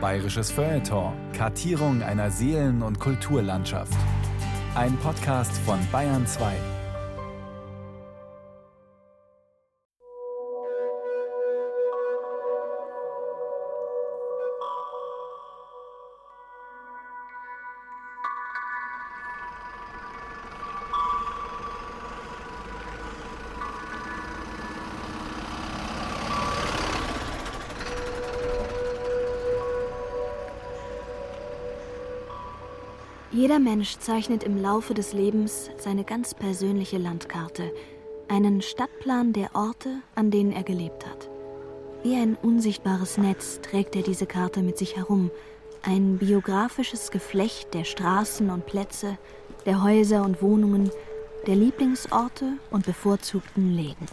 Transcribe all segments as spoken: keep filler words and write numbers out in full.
Bayerisches Feuilleton. Kartierung einer Seelen- und Kulturlandschaft. Ein Podcast von Bayern zwei. Jeder Mensch zeichnet im Laufe des Lebens seine ganz persönliche Landkarte, einen Stadtplan der Orte, an denen er gelebt hat. Wie ein unsichtbares Netz trägt er diese Karte mit sich herum, ein biografisches Geflecht der Straßen und Plätze, der Häuser und Wohnungen, der Lieblingsorte und bevorzugten Läden.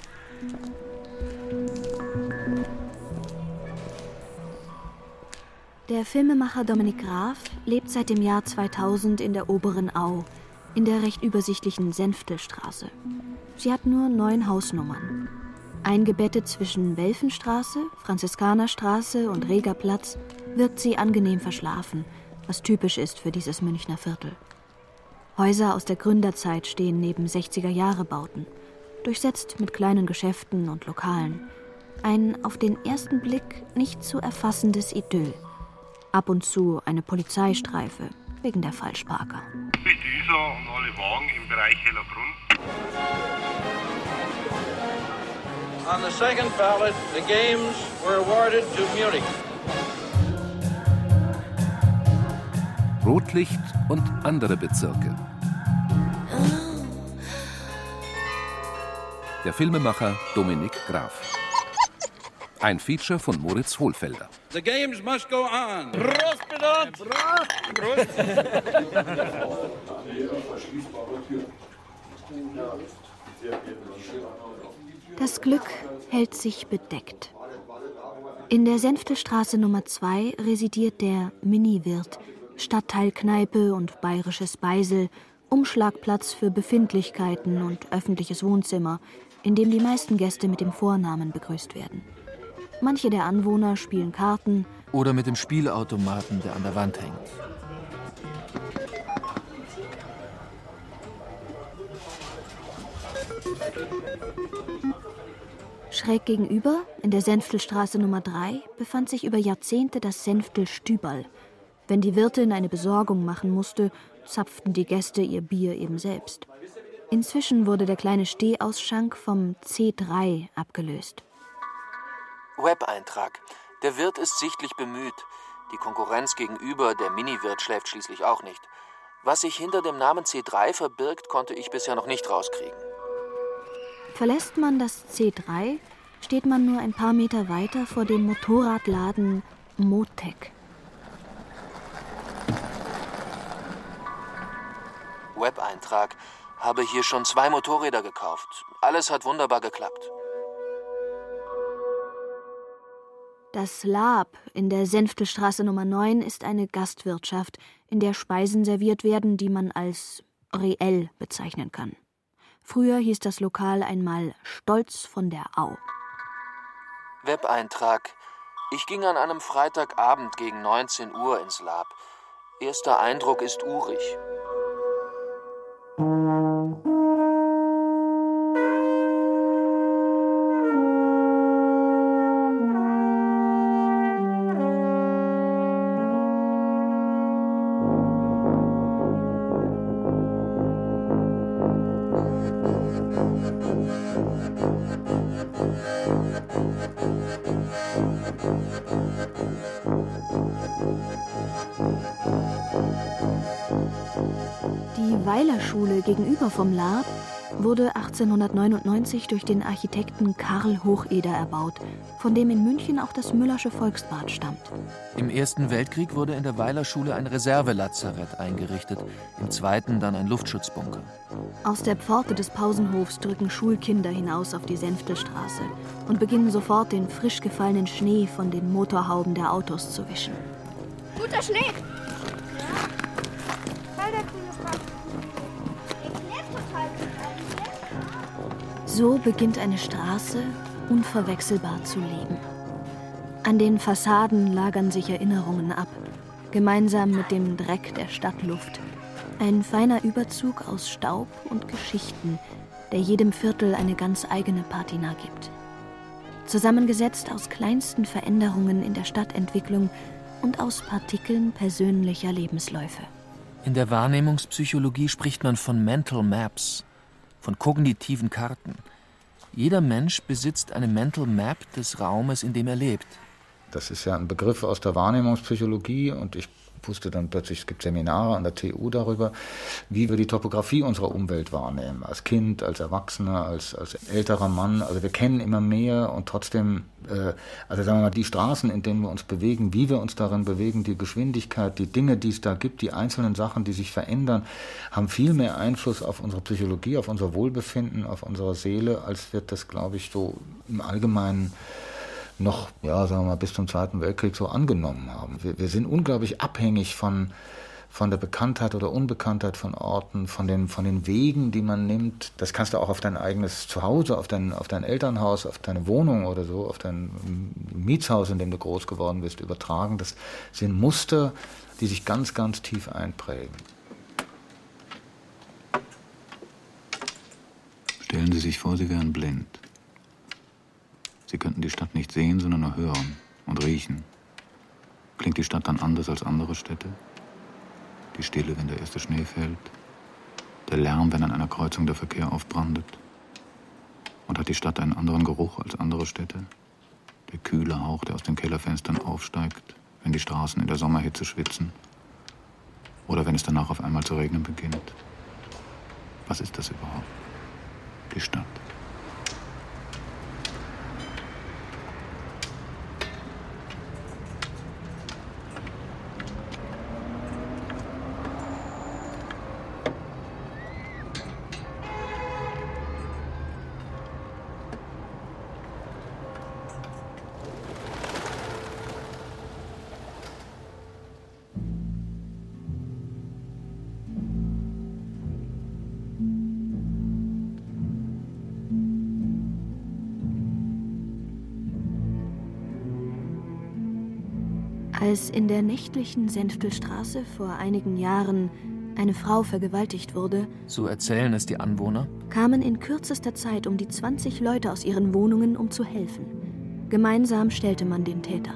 Der Filmemacher Dominik Graf lebt seit dem Jahr zweitausend in der Oberen Au, in der recht übersichtlichen Senftelstraße. Sie hat nur neun Hausnummern. Eingebettet zwischen Welfenstraße, Franziskanerstraße und Regerplatz wirkt sie angenehm verschlafen, was typisch ist für dieses Münchner Viertel. Häuser aus der Gründerzeit stehen neben sechziger-Jahre-Bauten, durchsetzt mit kleinen Geschäften und Lokalen. Ein auf den ersten Blick nicht zu erfassendes Idyll. Ab und zu eine Polizeistreife wegen der Falschparker. Mit dieser und alle Wagen im Bereich Hellerbrunn. On the second ballot, the games were awarded to Munich. Rotlicht und andere Bezirke. Der Filmemacher Dominik Graf. Ein Feature von Moritz Hohlfelder. The games must go on. Prost, bitte! Prost! Das Glück hält sich bedeckt. In der Senftelstraße Nummer zwei residiert der Mini-Wirt, Stadtteilkneipe und bayerisches Beisel, Umschlagplatz für Befindlichkeiten und öffentliches Wohnzimmer, in dem die meisten Gäste mit dem Vornamen begrüßt werden. Manche der Anwohner spielen Karten oder mit dem Spielautomaten, der an der Wand hängt. Schräg gegenüber, in der Senftelstraße Nummer drei, befand sich über Jahrzehnte das Senftel-Stüberl. Wenn die Wirtin eine Besorgung machen musste, zapften die Gäste ihr Bier eben selbst. Inzwischen wurde der kleine Stehausschank vom C drei abgelöst. Web-Eintrag. Der Wirt ist sichtlich bemüht. Die Konkurrenz gegenüber, der Mini-Wirt, schläft schließlich auch nicht. Was sich hinter dem Namen C drei verbirgt, konnte ich bisher noch nicht rauskriegen. Verlässt man das C drei, steht man nur ein paar Meter weiter vor dem Motorradladen Motec. Web-Eintrag. Habe hier schon zwei Motorräder gekauft. Alles hat wunderbar geklappt. Das Lab in der Senftelstraße Nummer neun ist eine Gastwirtschaft, in der Speisen serviert werden, die man als reell bezeichnen kann. Früher hieß das Lokal einmal Stolz von der Au. Web-Eintrag. Ich ging an einem Freitagabend gegen neunzehn Uhr ins Lab. Erster Eindruck ist urig. Die Weilerschule gegenüber vom Lab wurde achtzehnhundertneunundneunzig durch den Architekten Karl Hocheder erbaut, von dem in München auch das Müllersche Volksbad stammt. Im Ersten Weltkrieg wurde in der Weilerschule ein Reservelazarett eingerichtet, im Zweiten dann ein Luftschutzbunker. Aus der Pforte des Pausenhofs drücken Schulkinder hinaus auf die Senftelstraße und beginnen sofort den frisch gefallenen Schnee von den Motorhauben der Autos zu wischen. Guter Schnee! Voll der coole Kopf. Der klebt total gut eigentlich. So beginnt eine Straße unverwechselbar zu leben. An den Fassaden lagern sich Erinnerungen ab, gemeinsam mit dem Dreck der Stadtluft. Ein feiner Überzug aus Staub und Geschichten, der jedem Viertel eine ganz eigene Patina gibt. Zusammengesetzt aus kleinsten Veränderungen in der Stadtentwicklung und aus Partikeln persönlicher Lebensläufe. In der Wahrnehmungspsychologie spricht man von Mental Maps, von kognitiven Karten. Jeder Mensch besitzt eine Mental Map des Raumes, in dem er lebt. Das ist ja ein Begriff aus der Wahrnehmungspsychologie und ich wusste dann plötzlich, es gibt Seminare an der T U darüber, wie wir die Topografie unserer Umwelt wahrnehmen. Als Kind, als Erwachsener, als, als älterer Mann. Also wir kennen immer mehr und trotzdem, äh, also sagen wir mal, die Straßen, in denen wir uns bewegen, wie wir uns darin bewegen, die Geschwindigkeit, die Dinge, die es da gibt, die einzelnen Sachen, die sich verändern, haben viel mehr Einfluss auf unsere Psychologie, auf unser Wohlbefinden, auf unsere Seele, als wird das, glaube ich, so im Allgemeinen noch, ja, sagen wir mal, bis zum Zweiten Weltkrieg so angenommen haben. Wir, wir sind unglaublich abhängig von, von der Bekanntheit oder Unbekanntheit von Orten, von den, von den Wegen, die man nimmt. Das kannst du auch auf dein eigenes Zuhause, auf dein, auf dein Elternhaus, auf deine Wohnung oder so, auf dein Mietshaus, in dem du groß geworden bist, übertragen. Das sind Muster, die sich ganz, ganz tief einprägen. Stellen Sie sich vor, Sie wären blind. Sie könnten die Stadt nicht sehen, sondern nur hören und riechen. Klingt die Stadt dann anders als andere Städte? Die Stille, wenn der erste Schnee fällt? Der Lärm, wenn an einer Kreuzung der Verkehr aufbrandet? Und hat die Stadt einen anderen Geruch als andere Städte? Der kühle Hauch, der aus den Kellerfenstern aufsteigt, wenn die Straßen in der Sommerhitze schwitzen? Oder wenn es danach auf einmal zu regnen beginnt? Was ist das überhaupt? Die Stadt. Als in der nächtlichen Senftelstraße vor einigen Jahren eine Frau vergewaltigt wurde, so erzählen es die Anwohner, kamen in kürzester Zeit um die zwanzig Leute aus ihren Wohnungen, um zu helfen. Gemeinsam stellte man den Täter.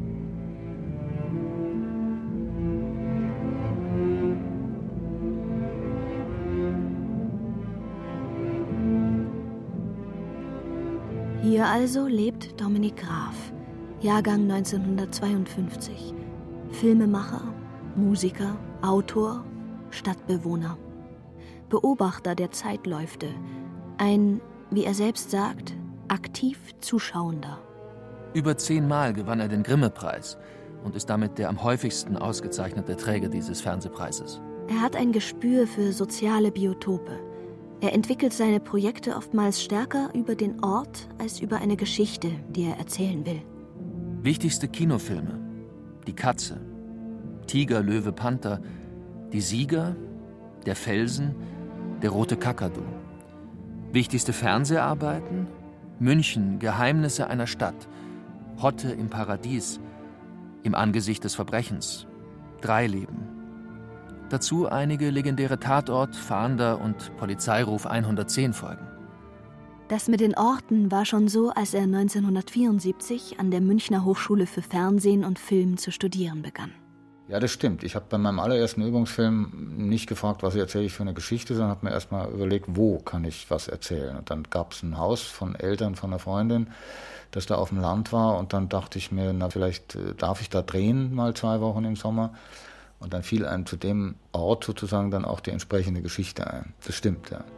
Hier also lebt Dominik Graf, Jahrgang neunzehnhundertzweiundfünfzig. Filmemacher, Musiker, Autor, Stadtbewohner. Beobachter der Zeitläufte. Ein, wie er selbst sagt, aktiv Zuschauender. Über zehnmal gewann er den Grimme-Preis und ist damit der am häufigsten ausgezeichnete Träger dieses Fernsehpreises. Er hat ein Gespür für soziale Biotope. Er entwickelt seine Projekte oftmals stärker über den Ort als über eine Geschichte, die er erzählen will. Wichtigste Kinofilme: Die Katze, Tiger, Löwe, Panther, Die Sieger, Der Felsen, Der rote Kakadu. Wichtigste Fernseharbeiten: München, Geheimnisse einer Stadt, Hotte im Paradies, Im Angesicht des Verbrechens, Drei Leben. Dazu einige legendäre Tatort-, Fahnder- und Polizeiruf hundertzehn Folgen. Das mit den Orten war schon so, als er neunzehnhundertvierundsiebzig an der Münchner Hochschule für Fernsehen und Film zu studieren begann. Ja, das stimmt. Ich habe bei meinem allerersten Übungsfilm nicht gefragt, was erzähle ich für eine Geschichte, sondern habe mir erst mal überlegt, wo kann ich was erzählen. Und dann gab es ein Haus von Eltern von einer Freundin, das da auf dem Land war. Und dann dachte ich mir, na vielleicht äh, darf ich da drehen, mal zwei Wochen im Sommer. Und dann fiel einem zu dem Ort sozusagen dann auch die entsprechende Geschichte ein. Das stimmt, ja.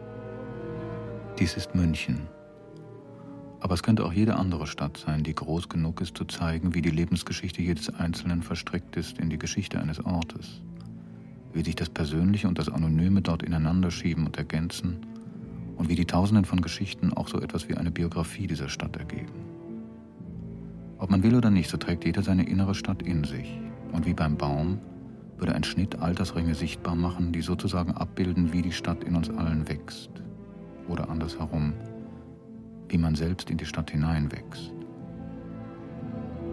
Dies ist München. Aber es könnte auch jede andere Stadt sein, die groß genug ist, zu zeigen, wie die Lebensgeschichte jedes Einzelnen verstrickt ist in die Geschichte eines Ortes. Wie sich das Persönliche und das Anonyme dort ineinander schieben und ergänzen und wie die Tausenden von Geschichten auch so etwas wie eine Biografie dieser Stadt ergeben. Ob man will oder nicht, so trägt jeder seine innere Stadt in sich. Und wie beim Baum würde ein Schnitt Altersringe sichtbar machen, die sozusagen abbilden, wie die Stadt in uns allen wächst. Oder andersherum, wie man selbst in die Stadt hineinwächst.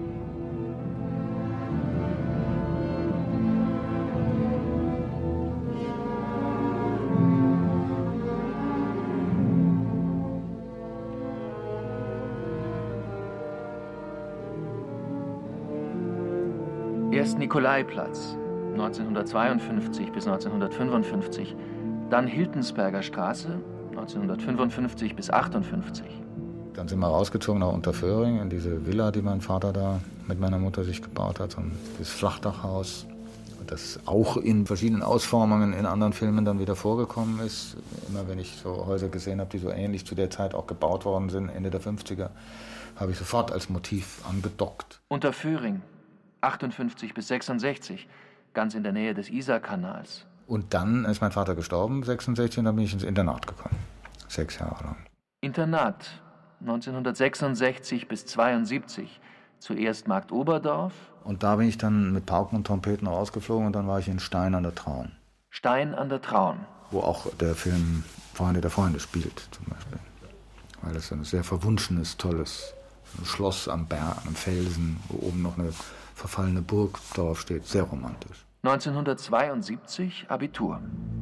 Erst Nikolaiplatz, neunzehnhundertzweiundfünfzig bis neunzehnhundertfünfundfünfzig. Dann Hiltensberger Straße, neunzehnhundertfünfundfünfzig bis achtundfünfzig. Dann sind wir rausgezogen nach Unterföhring in diese Villa, die mein Vater da mit meiner Mutter sich gebaut hat. So ein dieses Flachdachhaus, das auch in verschiedenen Ausformungen in anderen Filmen dann wieder vorgekommen ist. Immer wenn ich so Häuser gesehen habe, die so ähnlich zu der Zeit auch gebaut worden sind, Ende der fünfziger, habe ich sofort als Motiv angedockt. Unterföhring, achtundfünfzig bis sechsundsechzig, ganz in der Nähe des Isarkanals. Und dann ist mein Vater gestorben, sechsundsechzig, und dann bin ich ins Internat gekommen. Sechs Jahre lang. Internat, neunzehnhundertsechsundsechzig bis zweiundsiebzig. Zuerst Markt Oberdorf. Und da bin ich dann mit Pauken und Trompeten rausgeflogen und dann war ich in Stein an der Traun. Stein an der Traun. Wo auch der Film Freunde der Freunde spielt, zum Beispiel. Weil es ein sehr verwunschenes, tolles Schloss am Berg, am Felsen, wo oben noch eine verfallene Burg draufsteht. Sehr romantisch. neunzehnhundertzweiundsiebzig Abitur.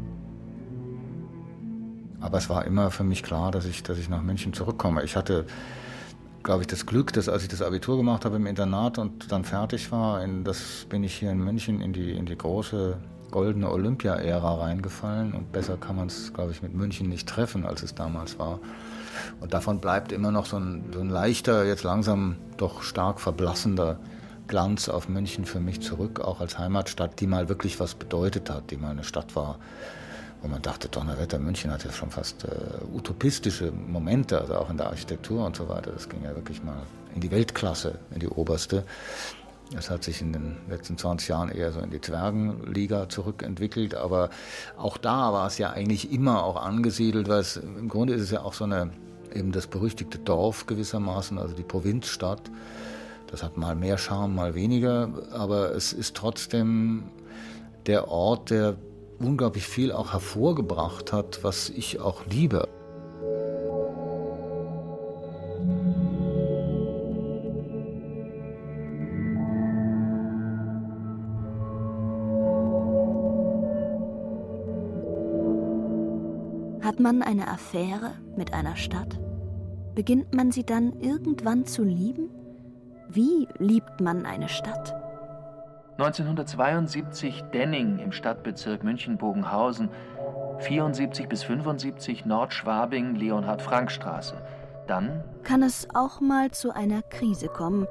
Aber es war immer für mich klar, dass ich, dass ich nach München zurückkomme. Ich hatte, glaube ich, das Glück, dass als ich das Abitur gemacht habe im Internat und dann fertig war, in, das bin ich hier in München in die, in die große goldene Olympia-Ära reingefallen. Und besser kann man es, glaube ich, mit München nicht treffen, als es damals war. Und davon bleibt immer noch so ein, so ein leichter, jetzt langsam doch stark verblassender Glanz auf München für mich zurück, auch als Heimatstadt, die mal wirklich was bedeutet hat, die mal eine Stadt war, wo man dachte, Donnerwetter, München hat ja schon fast äh, utopistische Momente, also auch in der Architektur und so weiter. Das ging ja wirklich mal in die Weltklasse, in die oberste. Das hat sich in den letzten zwanzig Jahren eher so in die Zwergenliga zurückentwickelt, aber auch da war es ja eigentlich immer auch angesiedelt, weil es, im Grunde ist es ja auch so eine, eben das berüchtigte Dorf gewissermaßen, also die Provinzstadt. Das hat mal mehr Charme, mal weniger, aber es ist trotzdem der Ort, der unglaublich viel auch hervorgebracht hat, was ich auch liebe. Hat man eine Affäre mit einer Stadt? Beginnt man sie dann irgendwann zu lieben? Wie liebt man eine Stadt? neunzehnhundertzweiundsiebzig Denning im Stadtbezirk München-Bogenhausen, vierundsiebzig bis fünfundsiebzig Nordschwabing, Leonhard-Frank-Straße. Dann kann es auch mal zu einer Krise kommen.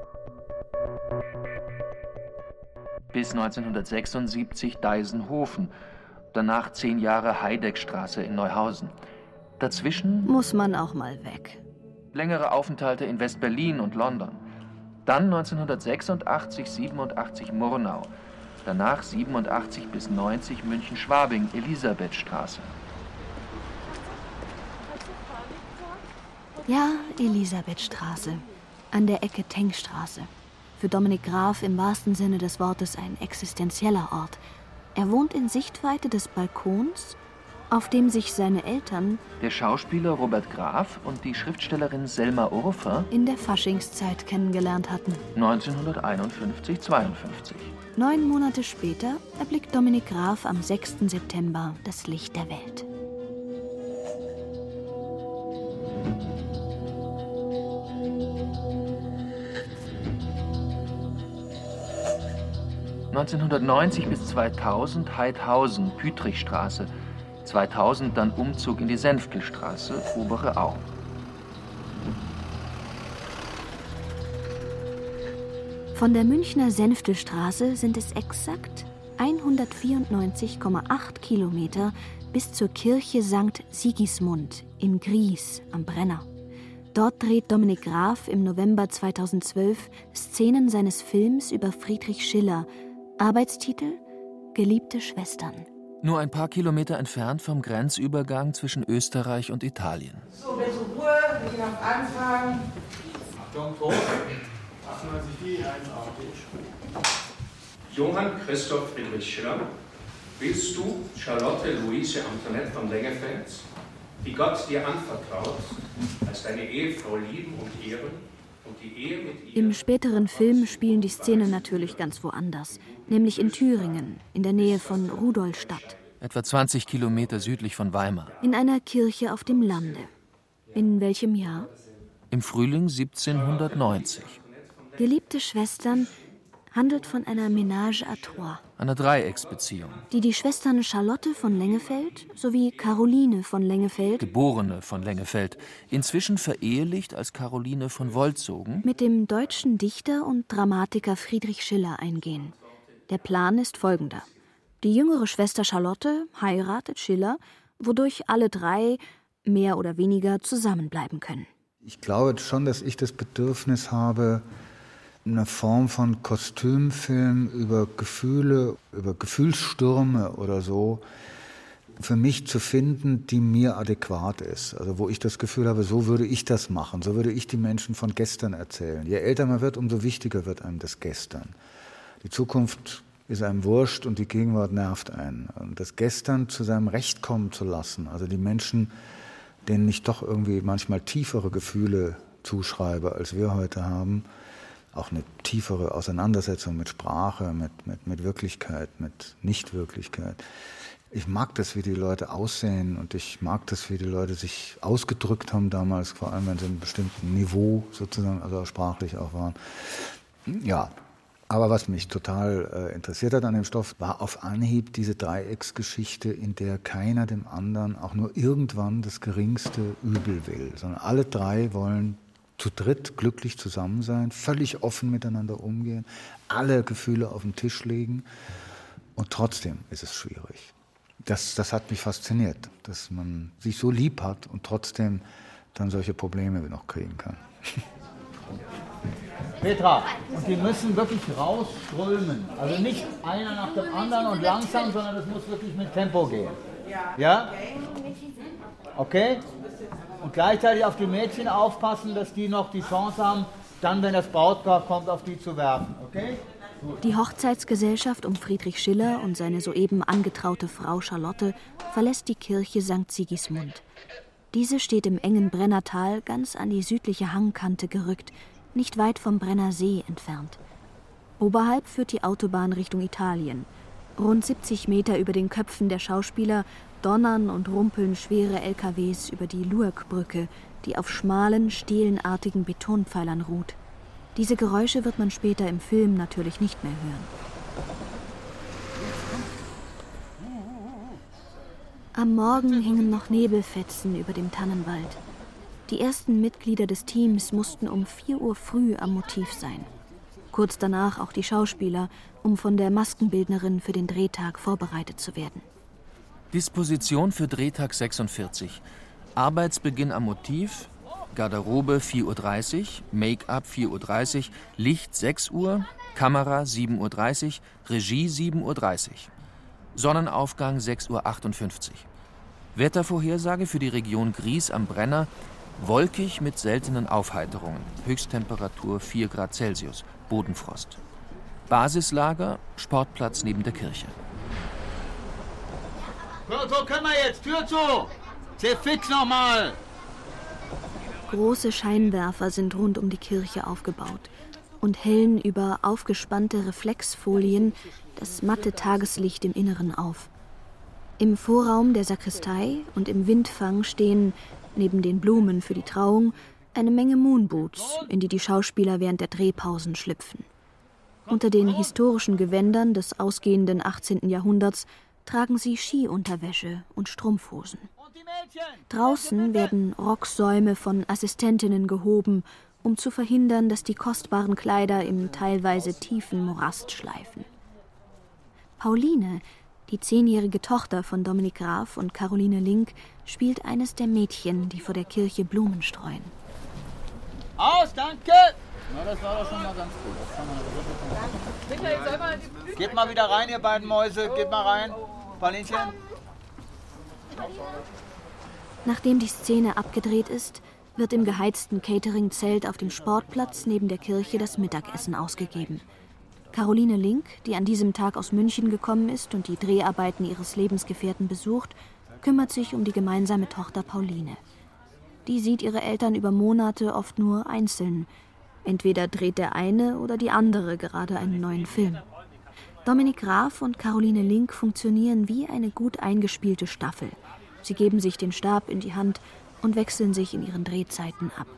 Bis neunzehnhundertsechsundsiebzig Deisenhofen, danach zehn Jahre Heideckstraße in Neuhausen. Dazwischen muss man auch mal weg. Längere Aufenthalte in West-Berlin und London. Dann neunzehnhundertsechsundachtzig, siebenundachtzig Murnau. Danach siebenundachtzig bis neunzig München-Schwabing, Elisabethstraße. Ja, Elisabethstraße. An der Ecke Tenkstraße. Für Dominik Graf im wahrsten Sinne des Wortes ein existenzieller Ort. Er wohnt in Sichtweite des Balkons, auf dem sich seine Eltern, der Schauspieler Robert Graf und die Schriftstellerin Selma Urfer, in der Faschingszeit kennengelernt hatten. neunzehnhunderteinundfünfzig, zweiundfünfzig. Neun Monate später erblickt Dominik Graf am sechsten September das Licht der Welt. neunzehnhundertneunzig bis zweitausend Heidhausen, Pütrichstraße. zweitausend dann Umzug in die Senftelstraße, Obere Au. Von der Münchner Senftelstraße sind es exakt hundertvierundneunzig Komma acht Kilometer bis zur Kirche Sankt Sigismund in Gries am Brenner. Dort dreht Dominik Graf im November zweitausendzwölf Szenen seines Films über Friedrich Schiller. Arbeitstitel: Geliebte Schwestern. Nur ein paar Kilometer entfernt vom Grenzübergang zwischen Österreich und Italien. So, bitte Ruhe, wir gehen auf Anfang. Achtung, Ton. achtundneunzig vier, eins auf. Johann Christoph Friedrich Schiller, willst du Charlotte Luise Antoinette von Lengefels, die Gott dir anvertraut, als deine Ehefrau lieben und ehren und die Ehe mit ihr... Im späteren Film spielen die Szenen natürlich ganz woanders, nämlich in Thüringen, in der Nähe von Rudolstadt. Etwa zwanzig Kilometer südlich von Weimar. In einer Kirche auf dem Lande. In welchem Jahr? Im Frühling siebzehnhundertneunzig. Geliebte Schwestern, handelt von einer Ménage à trois, einer Dreiecksbeziehung. Die die Schwestern Charlotte von Lengefeld sowie Caroline von Lengefeld, Geborene von Lengefeld, inzwischen verehelicht als Caroline von Wolzogen, mit dem deutschen Dichter und Dramatiker Friedrich Schiller eingehen. Der Plan ist folgender. Die jüngere Schwester Charlotte heiratet Schiller, wodurch alle drei mehr oder weniger zusammenbleiben können. Ich glaube schon, dass ich das Bedürfnis habe, eine Form von Kostümfilm über Gefühle, über Gefühlsstürme oder so, für mich zu finden, die mir adäquat ist. Also wo ich das Gefühl habe, so würde ich das machen, so würde ich die Menschen von gestern erzählen. Je älter man wird, umso wichtiger wird einem das Gestern. Die Zukunft ist einem wurscht und die Gegenwart nervt einen. Und das Gestern zu seinem Recht kommen zu lassen, also die Menschen, denen ich doch irgendwie manchmal tiefere Gefühle zuschreibe, als wir heute haben, auch eine tiefere Auseinandersetzung mit Sprache, mit, mit, mit Wirklichkeit, mit Nichtwirklichkeit. Ich mag das, wie die Leute aussehen und ich mag das, wie die Leute sich ausgedrückt haben damals, vor allem wenn sie in einem bestimmten Niveau sozusagen, also sprachlich auch waren. Ja, aber was mich total äh, interessiert hat an dem Stoff, war auf Anhieb diese Dreiecksgeschichte, in der keiner dem anderen auch nur irgendwann das geringste Übel will, sondern alle drei wollen zu dritt glücklich zusammen sein, völlig offen miteinander umgehen, alle Gefühle auf den Tisch legen und trotzdem ist es schwierig. Das, das hat mich fasziniert, dass man sich so lieb hat und trotzdem dann solche Probleme noch kriegen kann. Petra, und die müssen wirklich rausströmen. Also nicht einer nach dem anderen und langsam, sondern das muss wirklich mit Tempo gehen. Ja? Okay? Und gleichzeitig auf die Mädchen aufpassen, dass die noch die Chance haben, dann, wenn das Brautpaar kommt, auf die zu werfen. Okay? Gut. Die Hochzeitsgesellschaft um Friedrich Schiller und seine soeben angetraute Frau Charlotte verlässt die Kirche Sankt Sigismund. Diese steht im engen Brennertal ganz an die südliche Hangkante gerückt, nicht weit vom Brenner See entfernt. Oberhalb führt die Autobahn Richtung Italien. Rund siebzig Meter über den Köpfen der Schauspieler donnern und rumpeln schwere L K Ws über die Luerkbrücke, die auf schmalen, stielenartigen Betonpfeilern ruht. Diese Geräusche wird man später im Film natürlich nicht mehr hören. Am Morgen hingen noch Nebelfetzen über dem Tannenwald. Die ersten Mitglieder des Teams mussten um vier Uhr früh am Motiv sein. Kurz danach auch die Schauspieler, um von der Maskenbildnerin für den Drehtag vorbereitet zu werden. Disposition für Drehtag sechsundvierzig. Arbeitsbeginn am Motiv, Garderobe vier Uhr dreißig, Make-up vier Uhr dreißig, Licht sechs Uhr, Kamera sieben Uhr dreißig, Regie sieben Uhr dreißig. Sonnenaufgang sechs Uhr achtundfünfzig. Wettervorhersage für die Region Gries am Brenner, wolkig mit seltenen Aufheiterungen, Höchsttemperatur vier Grad Celsius, Bodenfrost. Basislager, Sportplatz neben der Kirche. So, so können wir jetzt, Tür zu! Sehr fix nochmal! Große Scheinwerfer sind rund um die Kirche aufgebaut und hellen über aufgespannte Reflexfolien das matte Tageslicht im Inneren auf. Im Vorraum der Sakristei und im Windfang stehen, neben den Blumen für die Trauung, eine Menge Moonboots, in die die Schauspieler während der Drehpausen schlüpfen. Unter den historischen Gewändern des ausgehenden achtzehnten Jahrhunderts tragen sie Skiunterwäsche und Strumpfhosen. Draußen werden Rocksäume von Assistentinnen gehoben, um zu verhindern, dass die kostbaren Kleider im teilweise tiefen Morast schleifen. Pauline, die zehnjährige Tochter von Dominik Graf und Caroline Link, spielt eines der Mädchen, die vor der Kirche Blumen streuen. Aus, danke! Na, das war doch schon mal ganz gut. Das kann man Geht mal wieder rein, ihr beiden Mäuse. Geht mal rein. Paulinchen. Nachdem die Szene abgedreht ist, wird im geheizten Catering-Zelt auf dem Sportplatz neben der Kirche das Mittagessen ausgegeben. Caroline Link, die an diesem Tag aus München gekommen ist und die Dreharbeiten ihres Lebensgefährten besucht, kümmert sich um die gemeinsame Tochter Pauline. Die sieht ihre Eltern über Monate oft nur einzeln. Entweder dreht der eine oder die andere gerade einen neuen Film. Dominik Graf und Caroline Link funktionieren wie eine gut eingespielte Staffel. Sie geben sich den Stab in die Hand und wechseln sich in ihren Drehzeiten ab.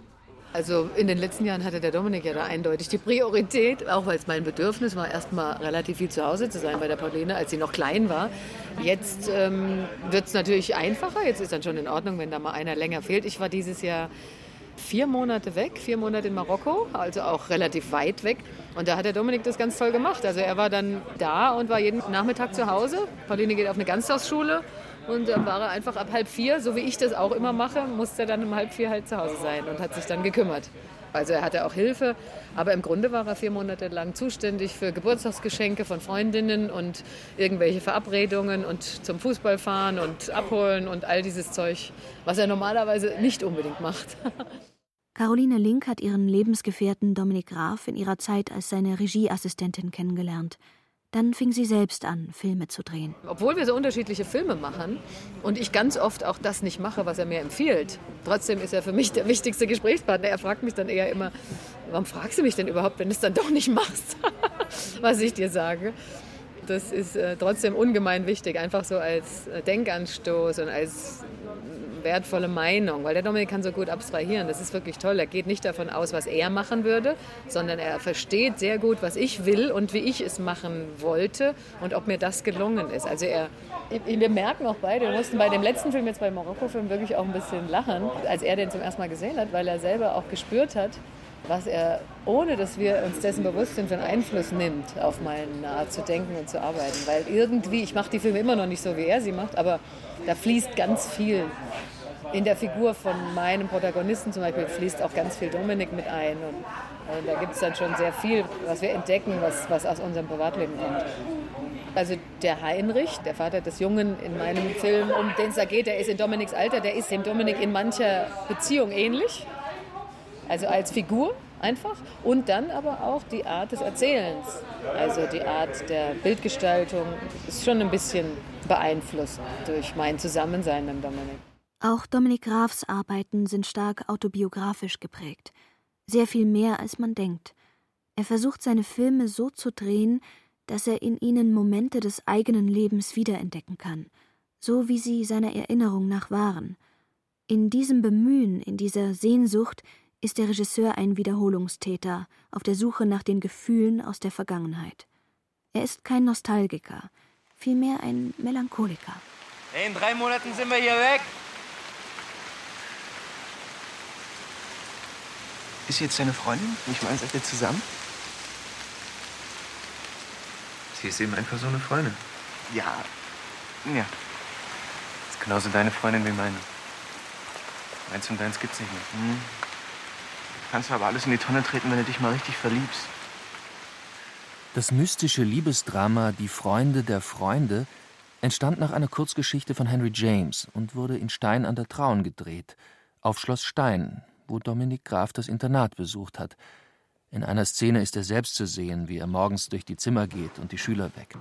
Also in den letzten Jahren hatte der Dominik ja da eindeutig die Priorität, auch weil es mein Bedürfnis war, erst mal relativ viel zu Hause zu sein bei der Pauline, als sie noch klein war. Jetzt ähm, wird es natürlich einfacher, jetzt ist dann schon in Ordnung, wenn da mal einer länger fehlt. Ich war dieses Jahr vier Monate weg, vier Monate in Marokko, also auch relativ weit weg. Und da hat der Dominik das ganz toll gemacht. Also er war dann da und war jeden Nachmittag zu Hause. Pauline geht auf eine Ganztagsschule. Und dann war er einfach ab halb vier, so wie ich das auch immer mache, musste er dann um halb vier halt zu Hause sein und hat sich dann gekümmert. Also er hatte auch Hilfe, aber im Grunde war er vier Monate lang zuständig für Geburtstagsgeschenke von Freundinnen und irgendwelche Verabredungen und zum Fußballfahren und Abholen und all dieses Zeug, was er normalerweise nicht unbedingt macht. Caroline Link hat ihren Lebensgefährten Dominik Graf in ihrer Zeit als seine Regieassistentin kennengelernt. Dann fing sie selbst an, Filme zu drehen. Obwohl wir so unterschiedliche Filme machen und ich ganz oft auch das nicht mache, was er mir empfiehlt, trotzdem ist er für mich der wichtigste Gesprächspartner. Er fragt mich dann eher immer, warum fragst du mich denn überhaupt, wenn du es dann doch nicht machst, was ich dir sage. Das ist äh, trotzdem ungemein wichtig, einfach so als äh, Denkanstoß und als wertvolle Meinung, weil der Dominik kann so gut abstrahieren. Das ist wirklich toll. Er geht nicht davon aus, was er machen würde, sondern er versteht sehr gut, was ich will und wie ich es machen wollte und ob mir das gelungen ist. Also er, wir merken auch beide, wir mussten bei dem letzten Film, jetzt beim Marokko-Film, wirklich auch ein bisschen lachen, als er den zum ersten Mal gesehen hat, weil er selber auch gespürt hat, was er, ohne dass wir uns dessen bewusst sind, für einen Einfluss nimmt auf meine Art zu denken und zu arbeiten. Weil irgendwie, ich mache die Filme immer noch nicht so, wie er sie macht, aber da fließt ganz viel. In der Figur von meinem Protagonisten zum Beispiel fließt auch ganz viel Dominik mit ein. Und also da gibt es dann schon sehr viel, was wir entdecken, was, was aus unserem Privatleben kommt. Also der Heinrich, der Vater des Jungen in meinem Film, um den es da geht, der ist in Dominiks Alter, der ist dem Dominik in mancher Beziehung ähnlich. Also als Figur einfach. Und dann aber auch die Art des Erzählens. Also die Art der Bildgestaltung ist schon ein bisschen beeinflusst durch mein Zusammensein mit Dominik. Auch Dominik Grafs Arbeiten sind stark autobiografisch geprägt. Sehr viel mehr, als man denkt. Er versucht, seine Filme so zu drehen, dass er in ihnen Momente des eigenen Lebens wiederentdecken kann. So wie sie seiner Erinnerung nach waren. In diesem Bemühen, in dieser Sehnsucht, ist der Regisseur ein Wiederholungstäter, auf der Suche nach den Gefühlen aus der Vergangenheit. Er ist kein Nostalgiker, vielmehr ein Melancholiker. Hey, in drei Monaten sind wir hier weg. Ist sie jetzt deine Freundin? Ich meine, seid ihr zusammen? Sie ist eben einfach so eine Freundin. Ja. Ja. Ist genauso deine Freundin wie meine. Meins und deins gibt's nicht mehr. Hm. Kannst du aber alles in die Tonne treten, wenn du dich mal richtig verliebst. Das mystische Liebesdrama Die Freunde der Freunde entstand nach einer Kurzgeschichte von Henry James und wurde in Stein an der Traun gedreht, auf Schloss Stein, wo Dominik Graf das Internat besucht hat. In einer Szene ist er selbst zu sehen, wie er morgens durch die Zimmer geht und die Schüler weckt.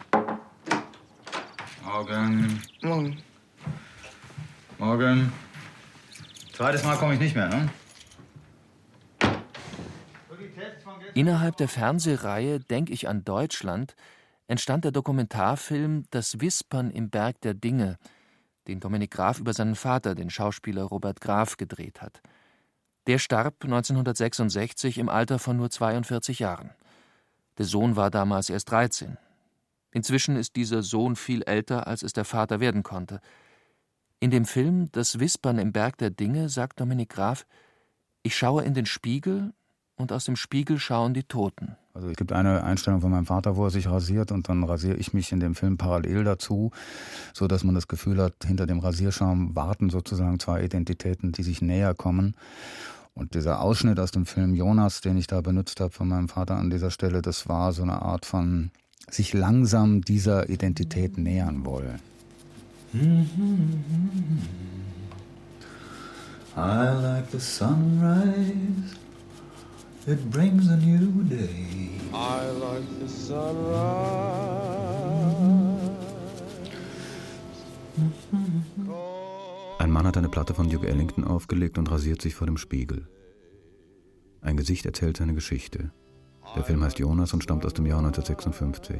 Morgen. Morgen. Morgen. Zweites Mal komme ich nicht mehr, ne? Innerhalb der Fernsehreihe Denk ich an Deutschland entstand der Dokumentarfilm Das Wispern im Berg der Dinge, den Dominik Graf über seinen Vater, den Schauspieler Robert Graf, gedreht hat. Der starb neunzehnhundertsechsundsechzig im Alter von nur zweiundvierzig Jahren. Der Sohn war damals erst dreizehn. Inzwischen ist dieser Sohn viel älter, als es der Vater werden konnte. In dem Film Das Wispern im Berg der Dinge sagt Dominik Graf: Ich schaue in den Spiegel und aus dem Spiegel schauen die Toten. Also es gibt eine Einstellung von meinem Vater, wo er sich rasiert, und dann rasiere ich mich in dem Film parallel dazu, so dass man das Gefühl hat, hinter dem Rasierschaum warten sozusagen zwei Identitäten, die sich näher kommen. Und dieser Ausschnitt aus dem Film Jonas, den ich da benutzt habe von meinem Vater an dieser Stelle, das war so eine Art von sich langsam dieser Identität nähern wollen. I like the sunrise. It brings a new day. I like the sunrise. Ein Mann hat eine Platte von Duke Ellington aufgelegt und rasiert sich vor dem Spiegel. Ein Gesicht erzählt seine Geschichte. Der Film heißt Jonas und stammt aus dem Jahr neunzehnhundertsechsundfünfzig.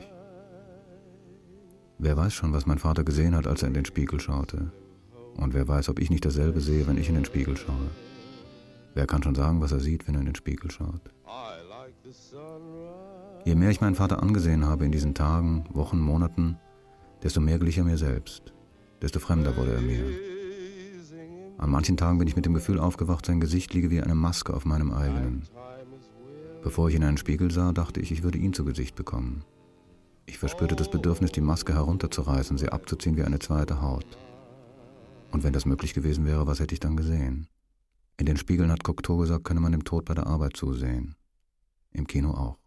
Wer weiß schon, was mein Vater gesehen hat, als er in den Spiegel schaute. Und wer weiß, ob ich nicht dasselbe sehe, wenn ich in den Spiegel schaue. Wer kann schon sagen, was er sieht, wenn er in den Spiegel schaut? Je mehr ich meinen Vater angesehen habe in diesen Tagen, Wochen, Monaten, desto mehr glich er mir selbst, desto fremder wurde er mir. An manchen Tagen bin ich mit dem Gefühl aufgewacht, sein Gesicht liege wie eine Maske auf meinem eigenen. Bevor ich in einen Spiegel sah, dachte ich, ich würde ihn zu Gesicht bekommen. Ich verspürte das Bedürfnis, die Maske herunterzureißen, sie abzuziehen wie eine zweite Haut. Und wenn das möglich gewesen wäre, was hätte ich dann gesehen? In den Spiegeln hat Cocteau gesagt, könne man dem Tod bei der Arbeit zusehen. Im Kino auch.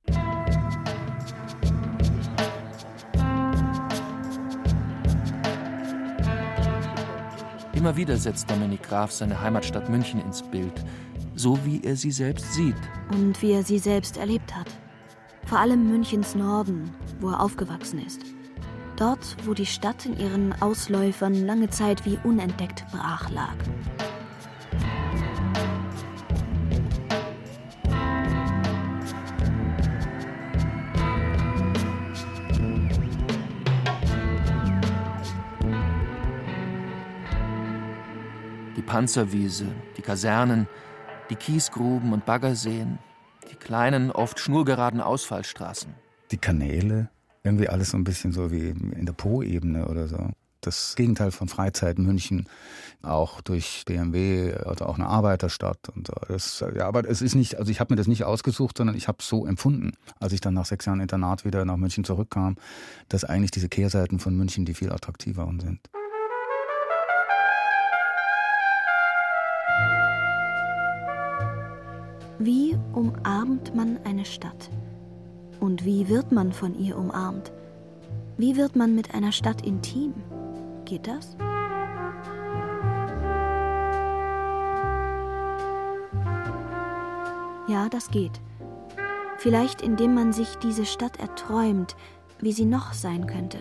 Immer wieder setzt Dominik Graf seine Heimatstadt München ins Bild, so wie er sie selbst sieht. Und wie er sie selbst erlebt hat. Vor allem Münchens Norden, wo er aufgewachsen ist. Dort, wo die Stadt in ihren Ausläufern lange Zeit wie unentdeckt brach lag. Die Panzerwiese, die Kasernen, die Kiesgruben und Baggerseen, die kleinen, oft schnurgeraden Ausfallstraßen. Die Kanäle, irgendwie alles so ein bisschen so wie in der Po-Ebene oder so. Das Gegenteil von Freizeit München, auch durch B M W, also auch eine Arbeiterstadt und so. Das, ja, aber es ist nicht, also ich habe mir das nicht ausgesucht, sondern ich habe es so empfunden, als ich dann nach sechs Jahren Internat wieder nach München zurückkam, dass eigentlich diese Kehrseiten von München die viel attraktiver sind. Wie umarmt man eine Stadt? Und wie wird man von ihr umarmt? Wie wird man mit einer Stadt intim? Geht das? Ja, das geht. Vielleicht indem man sich diese Stadt erträumt, wie sie noch sein könnte.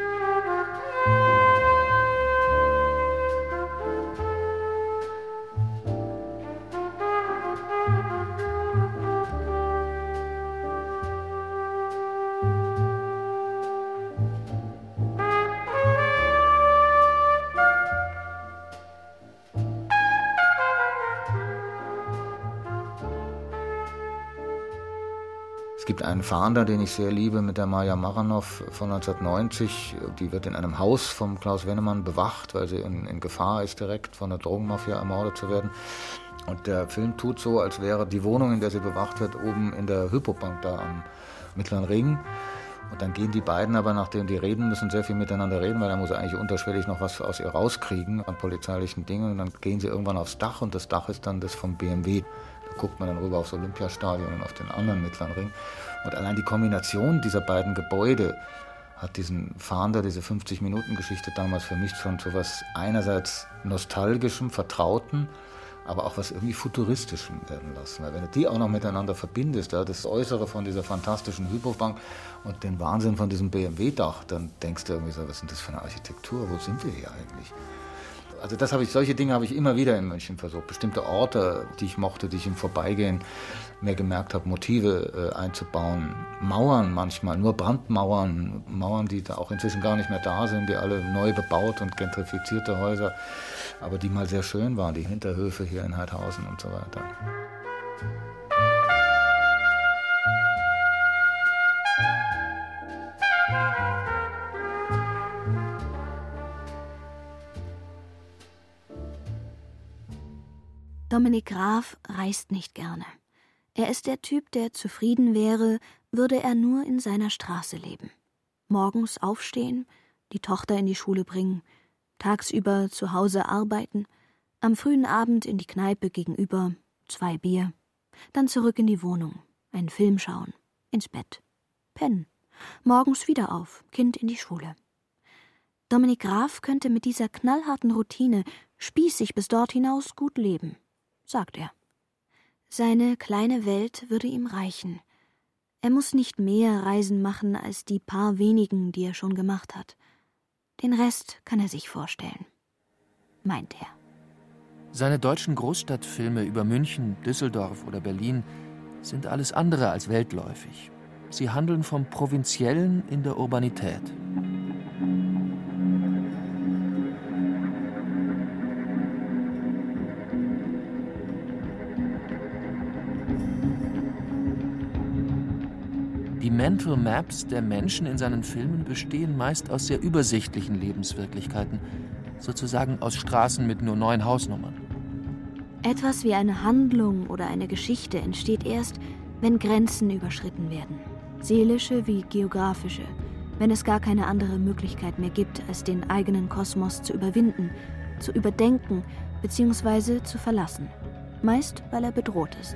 Es gibt einen Fahnder, den ich sehr liebe, mit der Maja Maranov von neunzehnhundertneunzig. Die wird in einem Haus vom Klaus Wennemann bewacht, weil sie in, in Gefahr ist, direkt von der Drogenmafia ermordet zu werden. Und der Film tut so, als wäre die Wohnung, in der sie bewacht wird, oben in der Hypobank da am Mittleren Ring. Und dann gehen die beiden aber, nachdem die reden müssen, sehr viel miteinander reden, weil er muss eigentlich unterschwellig noch was aus ihr rauskriegen an polizeilichen Dingen. Und dann gehen sie irgendwann aufs Dach und das Dach ist dann das vom B M W. Da guckt man dann rüber aufs Olympiastadion und auf den anderen Mittleren Ring. Und allein die Kombination dieser beiden Gebäude hat diesen Fahnder, diese fünfzig-Minuten-Geschichte damals für mich schon so was einerseits Nostalgischem, Vertrauten, aber auch was irgendwie Futuristischem werden lassen. Weil wenn du die auch noch miteinander verbindest, ja, das Äußere von dieser fantastischen Hypobank und den Wahnsinn von diesem B M W-Dach, dann denkst du irgendwie so, was ist denn das für eine Architektur, wo sind wir hier eigentlich? Also das habe ich, solche Dinge habe ich immer wieder in München versucht. Bestimmte Orte, die ich mochte, die ich im Vorbeigehen mehr gemerkt habe, Motive äh, einzubauen. Mauern manchmal, nur Brandmauern, Mauern, die da auch inzwischen gar nicht mehr da sind, die alle neu bebaut und gentrifizierte Häuser, aber die mal sehr schön waren, die Hinterhöfe hier in Heidhausen und so weiter. Dominik Graf reist nicht gerne. Er ist der Typ, der zufrieden wäre, würde er nur in seiner Straße leben. Morgens aufstehen, die Tochter in die Schule bringen, tagsüber zu Hause arbeiten, am frühen Abend in die Kneipe gegenüber, zwei Bier, dann zurück in die Wohnung, einen Film schauen, ins Bett, pennen, morgens wieder auf, Kind in die Schule. Dominik Graf könnte mit dieser knallharten Routine spießig bis dort hinaus gut leben, sagt er. Seine kleine Welt würde ihm reichen. Er muss nicht mehr Reisen machen als die paar wenigen, die er schon gemacht hat. Den Rest kann er sich vorstellen, meint er. Seine deutschen Großstadtfilme über München, Düsseldorf oder Berlin sind alles andere als weltläufig. Sie handeln vom Provinziellen in der Urbanität. Die Mental Maps der Menschen in seinen Filmen bestehen meist aus sehr übersichtlichen Lebenswirklichkeiten, sozusagen aus Straßen mit nur neun Hausnummern. Etwas wie eine Handlung oder eine Geschichte entsteht erst, wenn Grenzen überschritten werden. Seelische wie geografische, wenn es gar keine andere Möglichkeit mehr gibt, als den eigenen Kosmos zu überwinden, zu überdenken bzw. zu verlassen. Meist, weil er bedroht ist.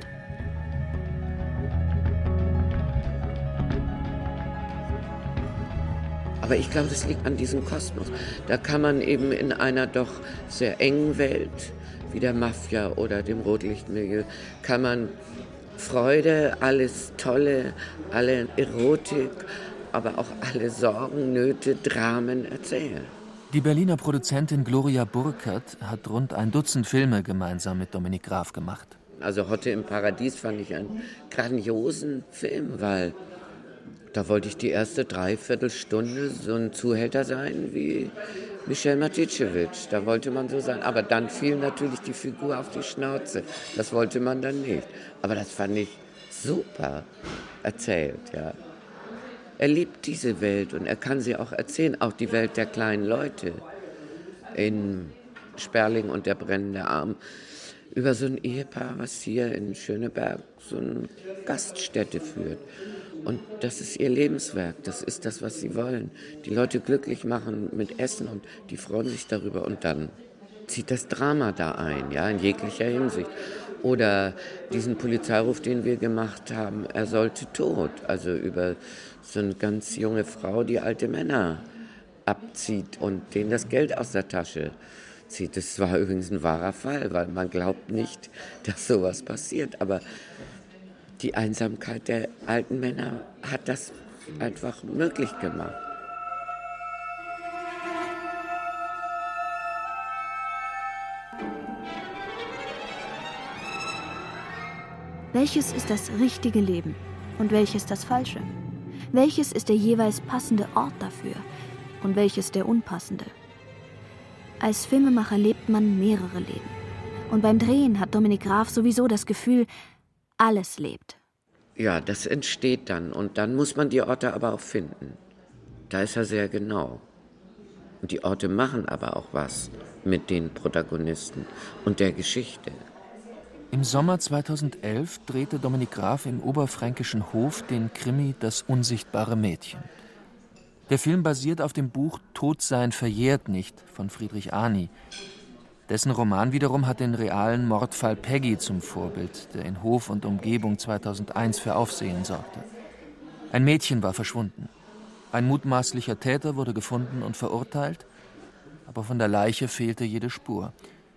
Aber ich glaube, das liegt an diesem Kosmos. Da kann man eben in einer doch sehr engen Welt, wie der Mafia oder dem Rotlichtmilieu, kann man Freude, alles Tolle, alle Erotik, aber auch alle Sorgen, Nöte, Dramen erzählen. Die Berliner Produzentin Gloria Burkert hat rund ein Dutzend Filme gemeinsam mit Dominik Graf gemacht. Also Hotte im Paradies fand ich einen grandiosen Film, weil da wollte ich die erste Dreiviertelstunde so ein Zuhälter sein wie Michel Matičević. Da wollte man so sein. Aber dann fiel natürlich die Figur auf die Schnauze. Das wollte man dann nicht. Aber das fand ich super erzählt, ja. Er liebt diese Welt und er kann sie auch erzählen, auch die Welt der kleinen Leute in Sperling und der brennende Arm. Über so ein Ehepaar, was hier in Schöneberg so eine Gaststätte führt. Und das ist ihr Lebenswerk, das ist das, was sie wollen. Die Leute glücklich machen mit Essen und die freuen sich darüber. Und dann zieht das Drama da ein, ja, in jeglicher Hinsicht. Oder diesen Polizeiruf, den wir gemacht haben, er sollte tot. Also über so eine ganz junge Frau, die alte Männer abzieht und denen das Geld aus der Tasche zieht. Das war übrigens ein wahrer Fall, weil man glaubt nicht, dass sowas passiert. Aber die Einsamkeit der alten Männer hat das einfach möglich gemacht. Welches ist das richtige Leben und welches das falsche? Welches ist der jeweils passende Ort dafür und welches der unpassende? Als Filmemacher lebt man mehrere Leben. Und beim Drehen hat Dominik Graf sowieso das Gefühl, alles lebt. Ja, das entsteht dann und dann muss man die Orte aber auch finden. Da ist er sehr genau. Und die Orte machen aber auch was mit den Protagonisten und der Geschichte. Im Sommer zweitausendelf drehte Dominik Graf im oberfränkischen Hof den Krimi Das unsichtbare Mädchen. Der Film basiert auf dem Buch Todsein verjährt nicht von Friedrich Arni. Dessen Roman wiederum hat den realen Mordfall Peggy zum Vorbild, der in Hof und Umgebung zweitausendeins für Aufsehen sorgte. Ein Mädchen war verschwunden. Ein mutmaßlicher Täter wurde gefunden und verurteilt, aber von der Leiche fehlte jede Spur.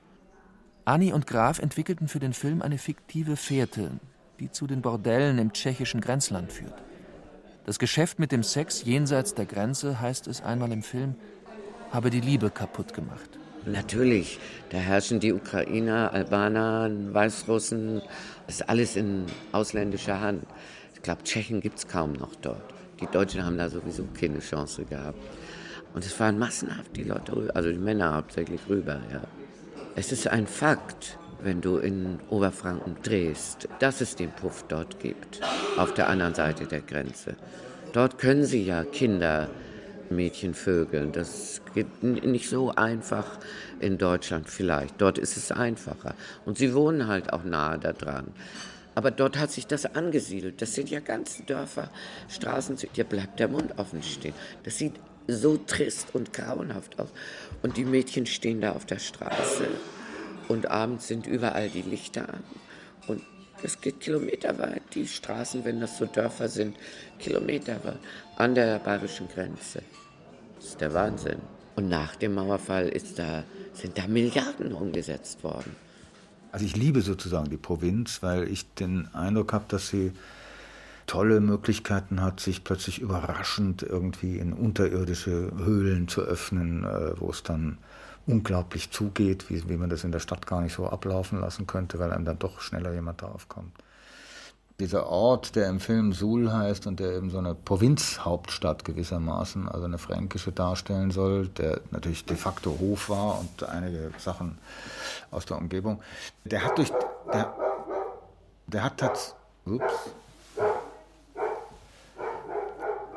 Arni und Graf entwickelten für den Film eine fiktive Fährte, die zu den Bordellen im tschechischen Grenzland führt. Das Geschäft mit dem Sex jenseits der Grenze, heißt es einmal im Film, habe die Liebe kaputt gemacht. Natürlich, da herrschen die Ukrainer, Albaner, Weißrussen, das ist alles in ausländischer Hand. Ich glaube, Tschechen gibt es kaum noch dort. Die Deutschen haben da sowieso keine Chance gehabt. Und es fahren massenhaft die Leute rüber, also die Männer hauptsächlich rüber, ja. Es ist ein Fakt, wenn du in Oberfranken drehst, dass es den Puff dort gibt, auf der anderen Seite der Grenze. Dort können sie ja Kinder, Mädchen vögeln. Das geht nicht so einfach in Deutschland vielleicht. Dort ist es einfacher. Und sie wohnen halt auch nahe da dran. Aber dort hat sich das angesiedelt. Das sind ja ganze Dörfer, Straßen, dir bleibt der Mund offen stehen. Das sieht so trist und grauenhaft aus. Und die Mädchen stehen da auf der Straße und abends sind überall die Lichter an. Und es geht kilometerweit, die Straßen, wenn das so Dörfer sind, kilometerweit an der bayerischen Grenze. Das ist der Wahnsinn. Und nach dem Mauerfall ist da, sind da Milliarden umgesetzt worden. Also ich liebe sozusagen die Provinz, weil ich den Eindruck habe, dass sie tolle Möglichkeiten hat, sich plötzlich überraschend irgendwie in unterirdische Höhlen zu öffnen, wo es dann unglaublich zugeht, wie, wie man das in der Stadt gar nicht so ablaufen lassen könnte, weil einem dann doch schneller jemand draufkommt. Dieser Ort, der im Film Suhl heißt und der eben so eine Provinzhauptstadt gewissermaßen, also eine fränkische darstellen soll, der natürlich de facto Hof war und einige Sachen aus der Umgebung, der hat durch, der, der hat tatsächlich, ups,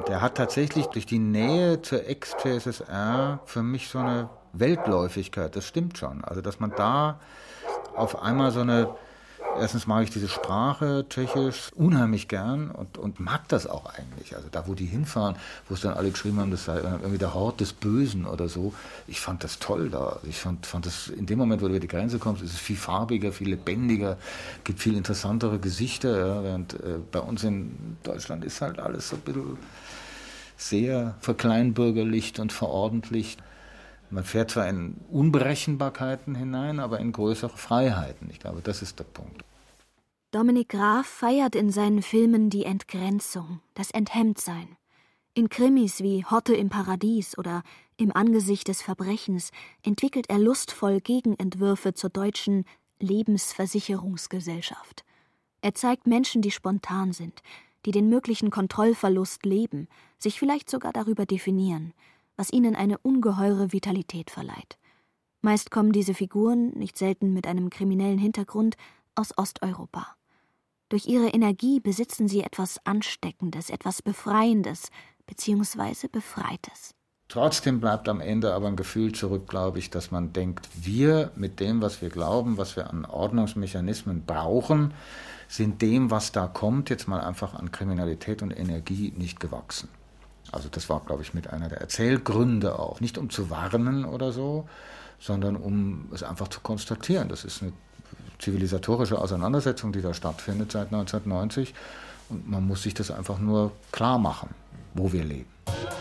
der hat tatsächlich durch die Nähe zur Ex-C S S R für mich so eine Weltläufigkeit. Das stimmt schon. Also, dass man da auf einmal so eine... Erstens mag ich diese Sprache, Tschechisch, unheimlich gern und, und mag das auch eigentlich. Also da, wo die hinfahren, wo es dann alle geschrieben haben, das sei irgendwie der Hort des Bösen oder so. Ich fand das toll da. Ich fand, fand das, in dem Moment, wo du über die Grenze kommst, ist es viel farbiger, viel lebendiger, gibt viel interessantere Gesichter. Ja, während äh, bei uns in Deutschland ist halt alles so ein bisschen sehr verkleinbürgerlicht und verordentlicht. Man fährt zwar in Unberechenbarkeiten hinein, aber in größere Freiheiten. Ich glaube, das ist der Punkt. Dominik Graf feiert in seinen Filmen die Entgrenzung, das Enthemmtsein. In Krimis wie Horte im Paradies oder Im Angesicht des Verbrechens entwickelt er lustvoll Gegenentwürfe zur deutschen Lebensversicherungsgesellschaft. Er zeigt Menschen, die spontan sind, die den möglichen Kontrollverlust leben, sich vielleicht sogar darüber definieren, was ihnen eine ungeheure Vitalität verleiht. Meist kommen diese Figuren, nicht selten mit einem kriminellen Hintergrund, aus Osteuropa. Durch ihre Energie besitzen sie etwas Ansteckendes, etwas Befreiendes bzw. Befreites. Trotzdem bleibt am Ende aber ein Gefühl zurück, glaube ich, dass man denkt, wir mit dem, was wir glauben, was wir an Ordnungsmechanismen brauchen, sind dem, was da kommt, jetzt mal einfach an Kriminalität und Energie nicht gewachsen. Also das war, glaube ich, mit einer der Erzählgründe auch. Nicht um zu warnen oder so, sondern um es einfach zu konstatieren. Das ist eine zivilisatorische Auseinandersetzung, die da stattfindet seit neunzehnhundertneunzig. Und man muss sich das einfach nur klar machen, wo wir leben.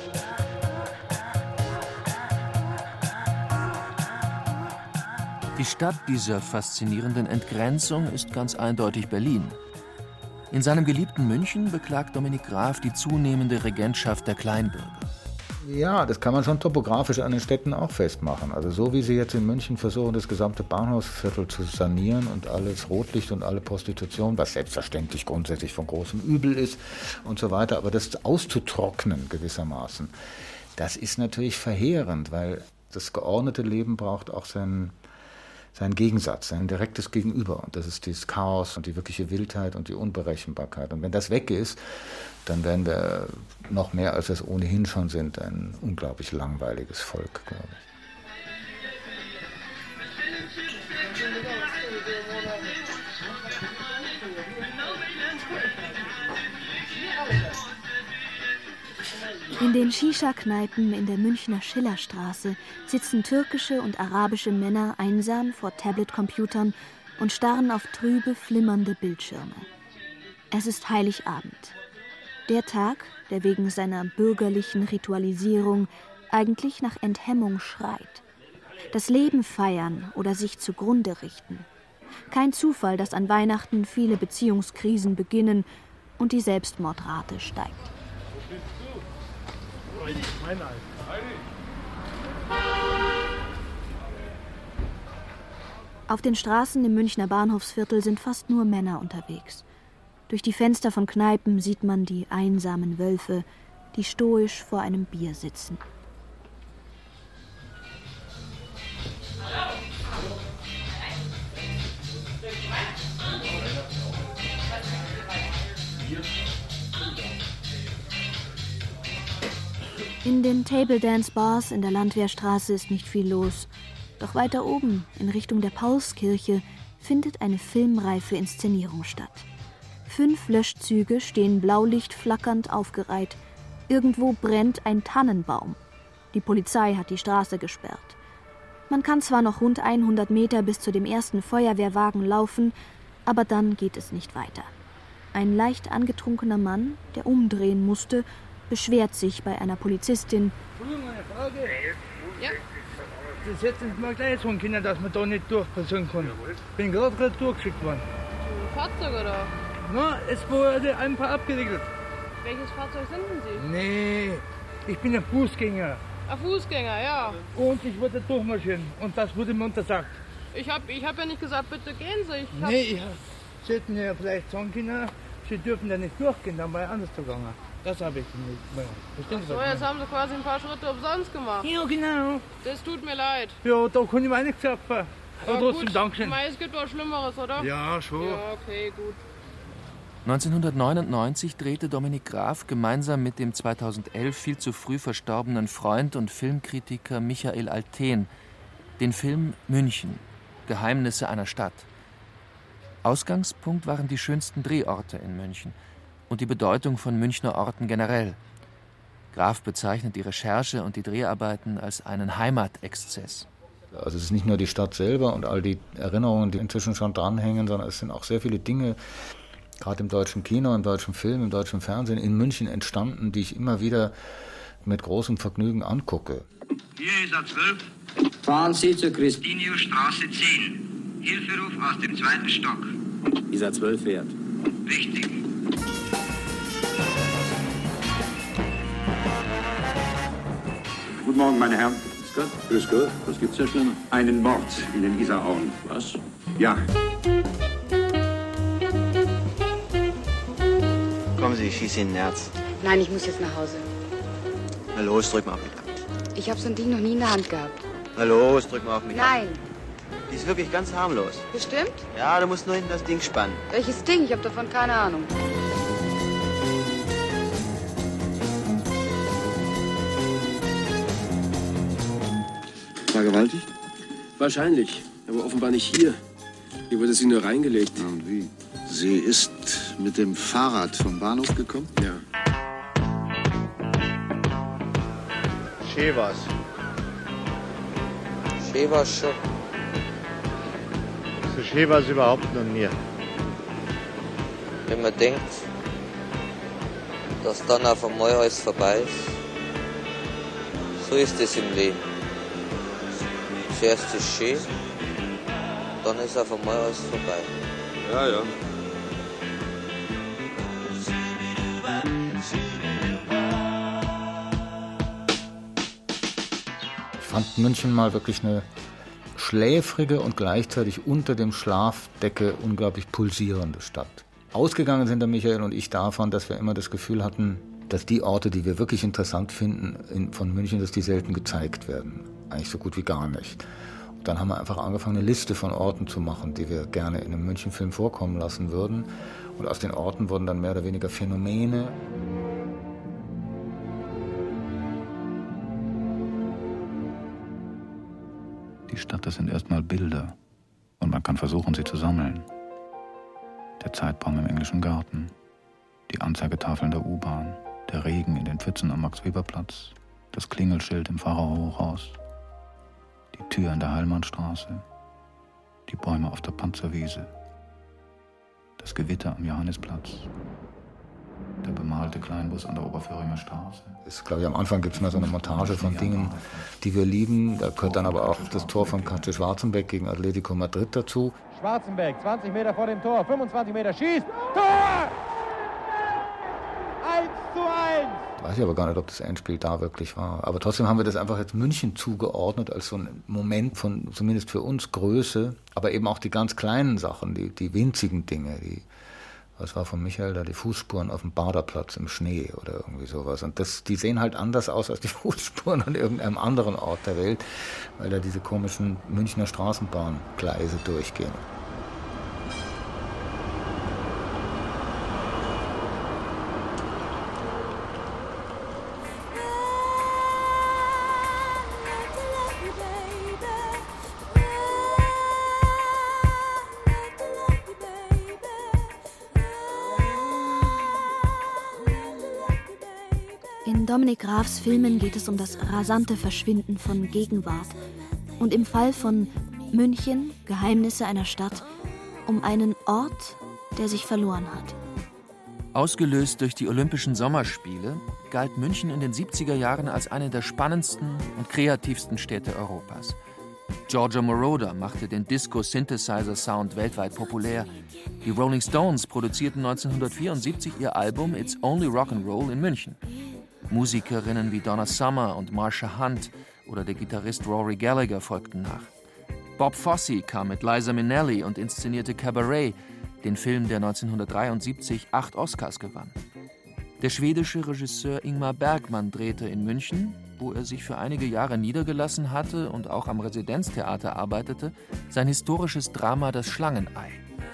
Die Stadt dieser faszinierenden Entgrenzung ist ganz eindeutig Berlin. In seinem geliebten München beklagt Dominik Graf die zunehmende Regentschaft der Kleinbürger. Ja, das kann man schon topografisch an den Städten auch festmachen. Also so wie sie jetzt in München versuchen, das gesamte Bahnhofsviertel zu sanieren und alles Rotlicht und alle Prostitution, was selbstverständlich grundsätzlich von großem Übel ist und so weiter, aber das auszutrocknen gewissermaßen, das ist natürlich verheerend, weil das geordnete Leben braucht auch seinen sein Gegensatz, sein direktes Gegenüber. Und das ist dieses Chaos und die wirkliche Wildheit und die Unberechenbarkeit. Und wenn das weg ist, dann werden wir noch mehr, als wir es ohnehin schon sind, ein unglaublich langweiliges Volk, glaube ich. In den Shisha-Kneipen in der Münchner Schillerstraße sitzen türkische und arabische Männer einsam vor Tablet-Computern und starren auf trübe, flimmernde Bildschirme. Es ist Heiligabend. Der Tag, der wegen seiner bürgerlichen Ritualisierung eigentlich nach Enthemmung schreit. Das Leben feiern oder sich zugrunde richten. Kein Zufall, dass an Weihnachten viele Beziehungskrisen beginnen und die Selbstmordrate steigt. Auf den Straßen im Münchner Bahnhofsviertel sind fast nur Männer unterwegs. Durch die Fenster von Kneipen sieht man die einsamen Wölfe, die stoisch vor einem Bier sitzen. In den Table-Dance-Bars in der Landwehrstraße ist nicht viel los. Doch weiter oben, in Richtung der Paulskirche, findet eine filmreife Inszenierung statt. Fünf Löschzüge stehen blaulichtflackernd aufgereiht. Irgendwo brennt ein Tannenbaum. Die Polizei hat die Straße gesperrt. Man kann zwar noch rund hundert Meter bis zu dem ersten Feuerwehrwagen laufen, aber dann geht es nicht weiter. Ein leicht angetrunkener Mann, der umdrehen musste, beschwert sich bei einer Polizistin. Entschuldigung, eine Frage. Ja. Das hätten Sie mal gleich sagen können, dass man da nicht durchpassieren kann. Ich bin gerade retour geschickt worden. Ein Fahrzeug oder? Na, es wurde ein paar abgeriegelt. Welches Fahrzeug sind denn Sie? Nee, ich bin ein Fußgänger. Ein Fußgänger, ja. Und ich wollte durchmarschieren und das wurde mir untersagt. Ich habe ich hab ja nicht gesagt, bitte gehen Sie. Ich hab... Nee, ich, Sie hätten ja vielleicht sagen können, Sie dürfen da nicht durchgehen, dann war ich anders gegangen. Das habe ich nicht. Verstehen Sie, so, jetzt haben Sie quasi ein paar Schritte umsonst gemacht. Ja, genau. Das tut mir leid. Ja, da kann ich mir auch nichts zapfen. Aber trotzdem Dankeschön. Ich meine, es gibt was Schlimmeres, oder? Ja, schon. Ja, okay, gut. neunzehnhundertneunundneunzig drehte Dominik Graf gemeinsam mit dem zweitausendelf viel zu früh verstorbenen Freund und Filmkritiker Michael Alten den Film München, Geheimnisse einer Stadt. Ausgangspunkt waren die schönsten Drehorte in München und die Bedeutung von Münchner Orten generell. Graf bezeichnet die Recherche und die Dreharbeiten als einen Heimatexzess. Also es ist nicht nur die Stadt selber und all die Erinnerungen, die inzwischen schon dranhängen, sondern es sind auch sehr viele Dinge, gerade im deutschen Kino, im deutschen Film, im deutschen Fernsehen in München entstanden, die ich immer wieder mit großem Vergnügen angucke. Hier ist A zwölf. Fahren Sie zur Christinio-Straße zehn. Hilferuf aus dem zweiten Stock. Isa zwölf fährt. Richtig. Guten Morgen, meine Herren. Grüß Gott. Grüß Gott. Was gibt's, Herr Schlemmer? Einen Mord in den Isarauen. Was? Ja. Kommen Sie, ich schieße Ihnen ein Herz. Nein, ich muss jetzt nach Hause. Na los, drück mal auf mich. Ich habe so ein Ding noch nie in der Hand gehabt. Na los, drück mal auf mich. Nein. Die ist wirklich ganz harmlos. Bestimmt? Ja, du musst nur hinten das Ding spannen. Welches Ding? Ich habe davon keine Ahnung. Vergewaltigt? Wahrscheinlich, aber offenbar nicht hier. Hier wurde sie nur reingelegt. Und wie? Sie ist mit dem Fahrrad vom Bahnhof gekommen? Ja. Schevers. Schevers schon. So Schevers überhaupt noch mir. Wenn man denkt, dass dann auf einmal alles vorbei ist, so ist es im Leben. Zuerst ist schön, dann ist auf einmal alles vorbei. Ja, ja. Ich fand München mal wirklich eine schläfrige und gleichzeitig unter dem Schlafdecke unglaublich pulsierende Stadt. Ausgegangen sind der Michael und ich davon, dass wir immer das Gefühl hatten, dass die Orte, die wir wirklich interessant finden in, von München, dass die selten gezeigt werden. Eigentlich so gut wie gar nicht. Und dann haben wir einfach angefangen, eine Liste von Orten zu machen, die wir gerne in einem München-Film vorkommen lassen würden. Und aus den Orten wurden dann mehr oder weniger Phänomene. Die Stadt, das sind erstmal Bilder. Und man kann versuchen, sie zu sammeln. Der Zeitbaum im englischen Garten, die Anzeigetafeln der U-Bahn, der Regen in den Pfützen am Max-Weber-Platz, das Klingelschild im Pfarrerhochhaus, die Tür in der Heilmannstraße, die Bäume auf der Panzerwiese, das Gewitter am Johannisplatz, der bemalte Kleinbus an der Oberföhringer Straße. Ich glaube, am Anfang gibt es mal so eine Montage von Dingen, die wir lieben. Da gehört dann aber auch das Tor von Katja Schwarzenbeck gegen Atletico Madrid dazu. Schwarzenbeck, zwanzig Meter vor dem Tor, fünfundzwanzig Meter, schießt, Tor! eins zu eins! Weiß ich aber gar nicht, ob das Endspiel da wirklich war. Aber trotzdem haben wir das einfach jetzt München zugeordnet als so ein Moment von, zumindest für uns, Größe. Aber eben auch die ganz kleinen Sachen, die, die winzigen Dinge. Die, was war von Michael da, die Fußspuren auf dem Baderplatz im Schnee oder irgendwie sowas. Und das, die sehen halt anders aus als die Fußspuren an irgendeinem anderen Ort der Welt, weil da diese komischen Münchner Straßenbahngleise durchgehen. In Dominik Grafs Filmen geht es um das rasante Verschwinden von Gegenwart und im Fall von München, Geheimnisse einer Stadt, um einen Ort, der sich verloren hat. Ausgelöst durch die Olympischen Sommerspiele galt München in den siebziger Jahren als eine der spannendsten und kreativsten Städte Europas. Giorgio Moroder machte den Disco-Synthesizer-Sound weltweit populär. Die Rolling Stones produzierten neunzehnhundertvierundsiebzig ihr Album It's Only Rock'n'Roll in München. Musikerinnen wie Donna Summer und Marsha Hunt oder der Gitarrist Rory Gallagher folgten nach. Bob Fosse kam mit Liza Minnelli und inszenierte Cabaret, den Film, der neunzehnhundertdreiundsiebzig acht Oscars gewann. Der schwedische Regisseur Ingmar Bergman drehte in München, wo er sich für einige Jahre niedergelassen hatte und auch am Residenztheater arbeitete, sein historisches Drama Das Schlangenei.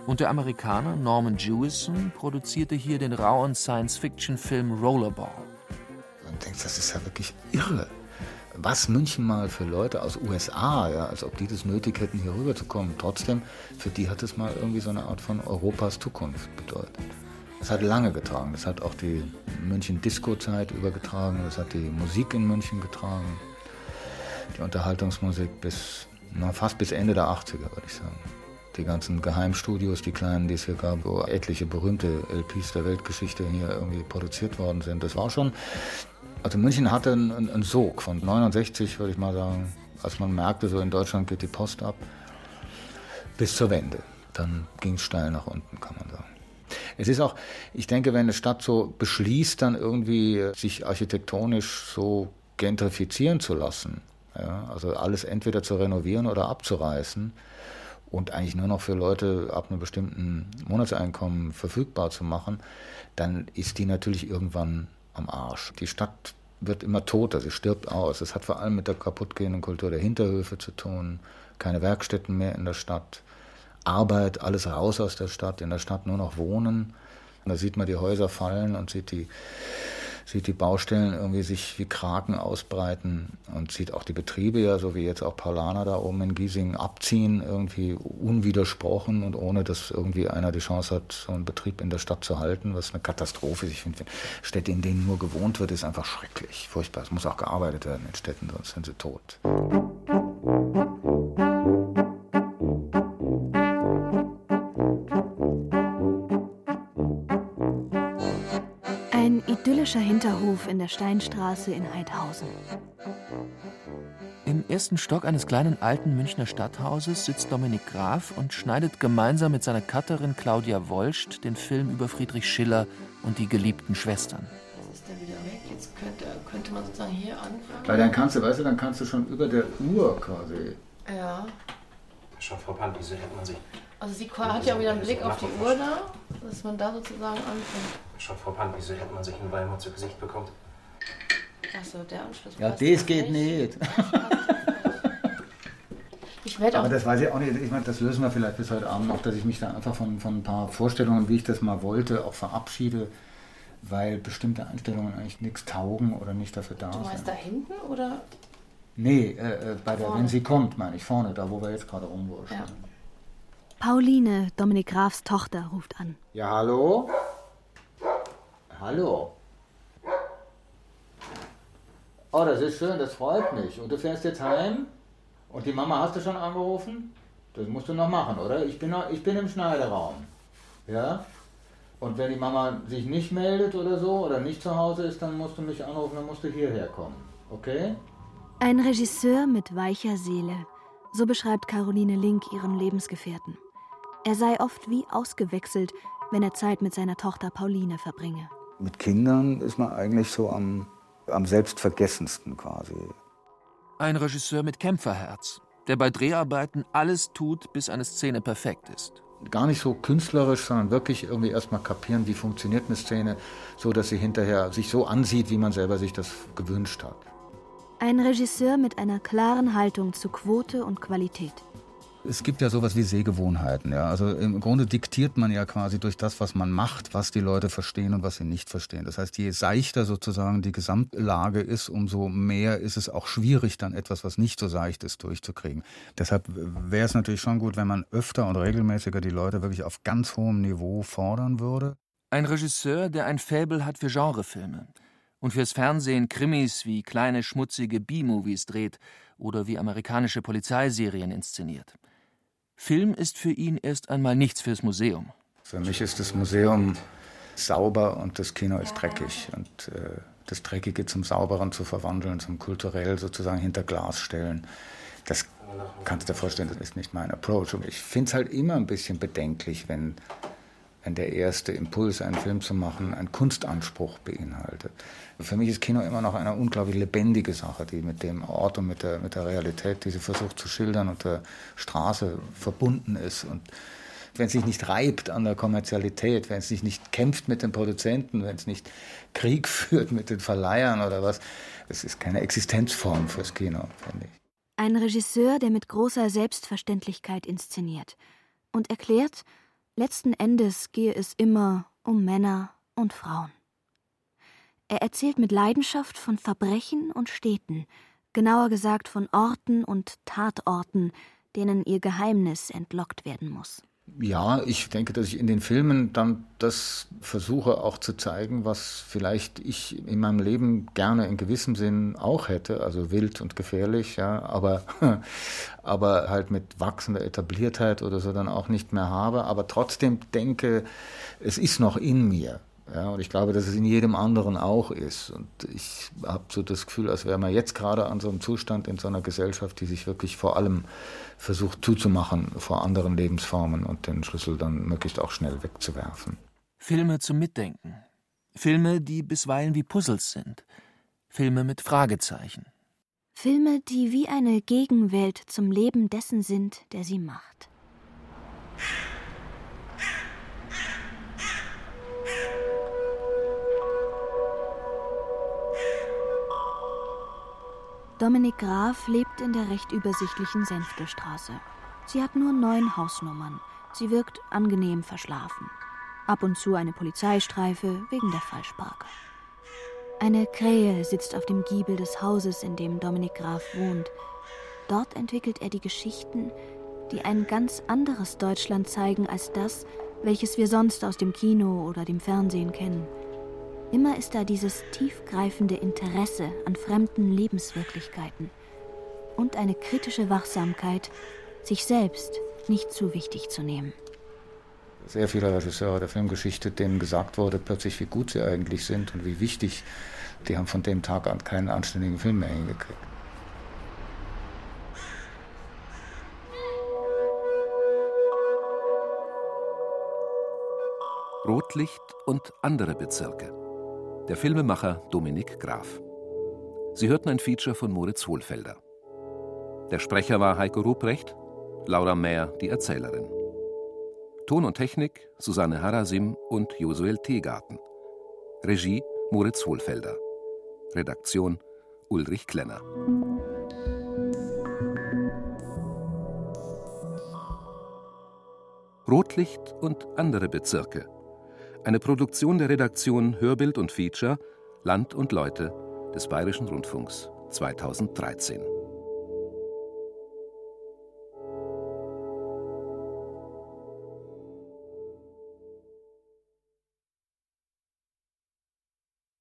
Und der Amerikaner Norman Jewison produzierte hier den rauen Science-Fiction-Film Rollerball. Man denkt, das ist ja wirklich irre. Was München mal für Leute aus U S A, ja, als ob die das nötig hätten, hier rüber zu kommen. Trotzdem, für die hat es mal irgendwie so eine Art von Europas Zukunft bedeutet. Das hat lange getragen. Das hat auch die München-Disco-Zeit übergetragen. Das hat die Musik in München getragen. Die Unterhaltungsmusik bis, na, fast bis Ende der achtziger, würde ich sagen. Die ganzen Geheimstudios, die kleinen, die es hier gab, wo etliche berühmte L Ps der Weltgeschichte hier irgendwie produziert worden sind. Das war schon... Also München hatte einen, einen Sog von neunundsechzig, würde ich mal sagen, als man merkte, so in Deutschland geht die Post ab, bis zur Wende. Dann ging es steil nach unten, kann man sagen. Es ist auch, ich denke, wenn eine Stadt so beschließt, dann irgendwie sich architektonisch so gentrifizieren zu lassen, ja, also alles entweder zu renovieren oder abzureißen und eigentlich nur noch für Leute ab einem bestimmten Monatseinkommen verfügbar zu machen, dann ist die natürlich irgendwann am Arsch. Die Stadt wird immer toter, sie stirbt aus. Es hat vor allem mit der kaputtgehenden Kultur der Hinterhöfe zu tun, keine Werkstätten mehr in der Stadt, Arbeit, alles raus aus der Stadt, in der Stadt nur noch wohnen. Und da sieht man die Häuser fallen und sieht die, sieht die Baustellen irgendwie sich wie Kraken ausbreiten und sieht auch die Betriebe ja, so wie jetzt auch Paulaner da oben in Giesing, abziehen, irgendwie unwidersprochen und ohne, dass irgendwie einer die Chance hat, so einen Betrieb in der Stadt zu halten, was eine Katastrophe ist. Ich finde, Städte, in denen nur gewohnt wird, ist einfach schrecklich, furchtbar. Es muss auch gearbeitet werden in Städten, sonst sind sie tot. Ein idyllischer Hinterhof in der Steinstraße in Heidhausen. Im ersten Stock eines kleinen alten Münchner Stadthauses sitzt Dominik Graf und schneidet gemeinsam mit seiner Cutterin Claudia Wolst den Film über Friedrich Schiller und die geliebten Schwestern. Jetzt ist der wieder weg. Jetzt könnte, könnte man sozusagen hier anfangen. Weil dann kannst du, weißt du, dann kannst du schon über der Uhr quasi. Ja. Schon Frau Pant, wieso hätte man sich... Also sie hat ja wieder einen Blick auf die Uhr da, dass man da sozusagen anfängt. Schon Frau Pant, wieso hätte man sich einen Weimar zu Gesicht bekommt? Achso, der Anschluss. Ja, das geht nicht. Ich werde auch. Aber das weiß ich auch nicht. Ich meine, das lösen wir vielleicht bis heute Abend noch, dass ich mich da einfach von, von ein paar Vorstellungen, wie ich das mal wollte, auch verabschiede, weil bestimmte Einstellungen eigentlich nichts taugen oder nicht dafür da sind. Du meinst da hinten oder? Nee, äh, bei der, wenn sie kommt, meine ich, vorne, da wo wir jetzt gerade rumwurschteln. Ja. Pauline, Dominik Grafs Tochter, ruft an. Ja, hallo? Hallo? Oh, das ist schön, das freut mich. Und du fährst jetzt heim? Und die Mama hast du schon angerufen? Das musst du noch machen, oder? Ich bin, noch, ich bin im Schneideraum. Ja? Und wenn die Mama sich nicht meldet oder so, oder nicht zu Hause ist, dann musst du mich anrufen, dann musst du hierher kommen. Okay? Ein Regisseur mit weicher Seele. So beschreibt Caroline Link ihren Lebensgefährten. Er sei oft wie ausgewechselt, wenn er Zeit mit seiner Tochter Pauline verbringe. Mit Kindern ist man eigentlich so am, am selbstvergessensten quasi. Ein Regisseur mit Kämpferherz, der bei Dreharbeiten alles tut, bis eine Szene perfekt ist. Gar nicht so künstlerisch, sondern wirklich irgendwie erstmal kapieren, wie funktioniert eine Szene, so dass sie hinterher sich so ansieht, wie man selber sich das gewünscht hat. Ein Regisseur mit einer klaren Haltung zu Quote und Qualität. Es gibt ja sowas wie Sehgewohnheiten. Ja? Also im Grunde diktiert man ja quasi durch das, was man macht, was die Leute verstehen und was sie nicht verstehen. Das heißt, je seichter sozusagen die Gesamtlage ist, umso mehr ist es auch schwierig, dann etwas, was nicht so seicht ist, durchzukriegen. Deshalb wäre es natürlich schon gut, wenn man öfter und regelmäßiger die Leute wirklich auf ganz hohem Niveau fordern würde. Ein Regisseur, der ein Faible hat für Genrefilme und fürs Fernsehen Krimis wie kleine, schmutzige B-Movies dreht oder wie amerikanische Polizeiserien inszeniert. Film ist für ihn erst einmal nichts fürs Museum. Für mich ist das Museum sauber und das Kino ist dreckig. Und äh, das Dreckige zum Sauberen zu verwandeln, zum kulturell sozusagen hinter Glas stellen, das kannst du dir vorstellen, das ist nicht mein Approach. Und ich finde es halt immer ein bisschen bedenklich, wenn, wenn der erste Impuls, einen Film zu machen, einen Kunstanspruch beinhaltet. Für mich ist Kino immer noch eine unglaublich lebendige Sache, die mit dem Ort und mit der, mit der Realität, die sie versucht zu schildern und der Straße verbunden ist. Und wenn es sich nicht reibt an der Kommerzialität, wenn es sich nicht kämpft mit den Produzenten, wenn es nicht Krieg führt mit den Verleihern oder was, es ist keine Existenzform fürs Kino, finde ich. Ein Regisseur, der mit großer Selbstverständlichkeit inszeniert und erklärt, Letzten Endes gehe es immer um Männer und Frauen. Er erzählt mit Leidenschaft von Verbrechen und Städten, genauer gesagt von Orten und Tatorten, denen ihr Geheimnis entlockt werden muss. Ja, ich denke, dass ich in den Filmen dann das versuche auch zu zeigen, was vielleicht ich in meinem Leben gerne in gewissem Sinn auch hätte, also wild und gefährlich, ja, aber, aber halt mit wachsender Etabliertheit oder so dann auch nicht mehr habe, aber trotzdem denke, es ist noch in mir. Ja, und ich glaube, dass es in jedem anderen auch ist. Und ich habe so das Gefühl, als wäre man jetzt gerade an so einem Zustand in so einer Gesellschaft, die sich wirklich vor allem versucht zuzumachen vor anderen Lebensformen und den Schlüssel dann möglichst auch schnell wegzuwerfen. Filme zum Mitdenken. Filme, die bisweilen wie Puzzles sind. Filme mit Fragezeichen. Filme, die wie eine Gegenwelt zum Leben dessen sind, der sie macht. Dominik Graf lebt in der recht übersichtlichen Senftelstraße. Sie hat nur neun Hausnummern. Sie wirkt angenehm verschlafen. Ab und zu eine Polizeistreife wegen der Falschparker. Eine Krähe sitzt auf dem Giebel des Hauses, in dem Dominik Graf wohnt. Dort entwickelt er die Geschichten, die ein ganz anderes Deutschland zeigen als das, welches wir sonst aus dem Kino oder dem Fernsehen kennen. Immer ist da dieses tiefgreifende Interesse an fremden Lebenswirklichkeiten und eine kritische Wachsamkeit, sich selbst nicht zu wichtig zu nehmen. Sehr viele Regisseure der Filmgeschichte, denen gesagt wurde plötzlich, wie gut sie eigentlich sind und wie wichtig, die haben von dem Tag an keinen anständigen Film mehr hingekriegt. Rotlicht und andere Bezirke. Der Filmemacher Dominik Graf. Sie hörten ein Feature von Moritz Hohlfelder. Der Sprecher war Heiko Ruprecht, Laura Mähr die Erzählerin. Ton und Technik Susanne Harasim und Josuel Teegarten. Regie Moritz Hohlfelder. Redaktion Ulrich Klenner. Rotlicht und andere Bezirke. Eine Produktion der Redaktion Hörbild und Feature Land und Leute des Bayerischen Rundfunks zweitausenddreizehn.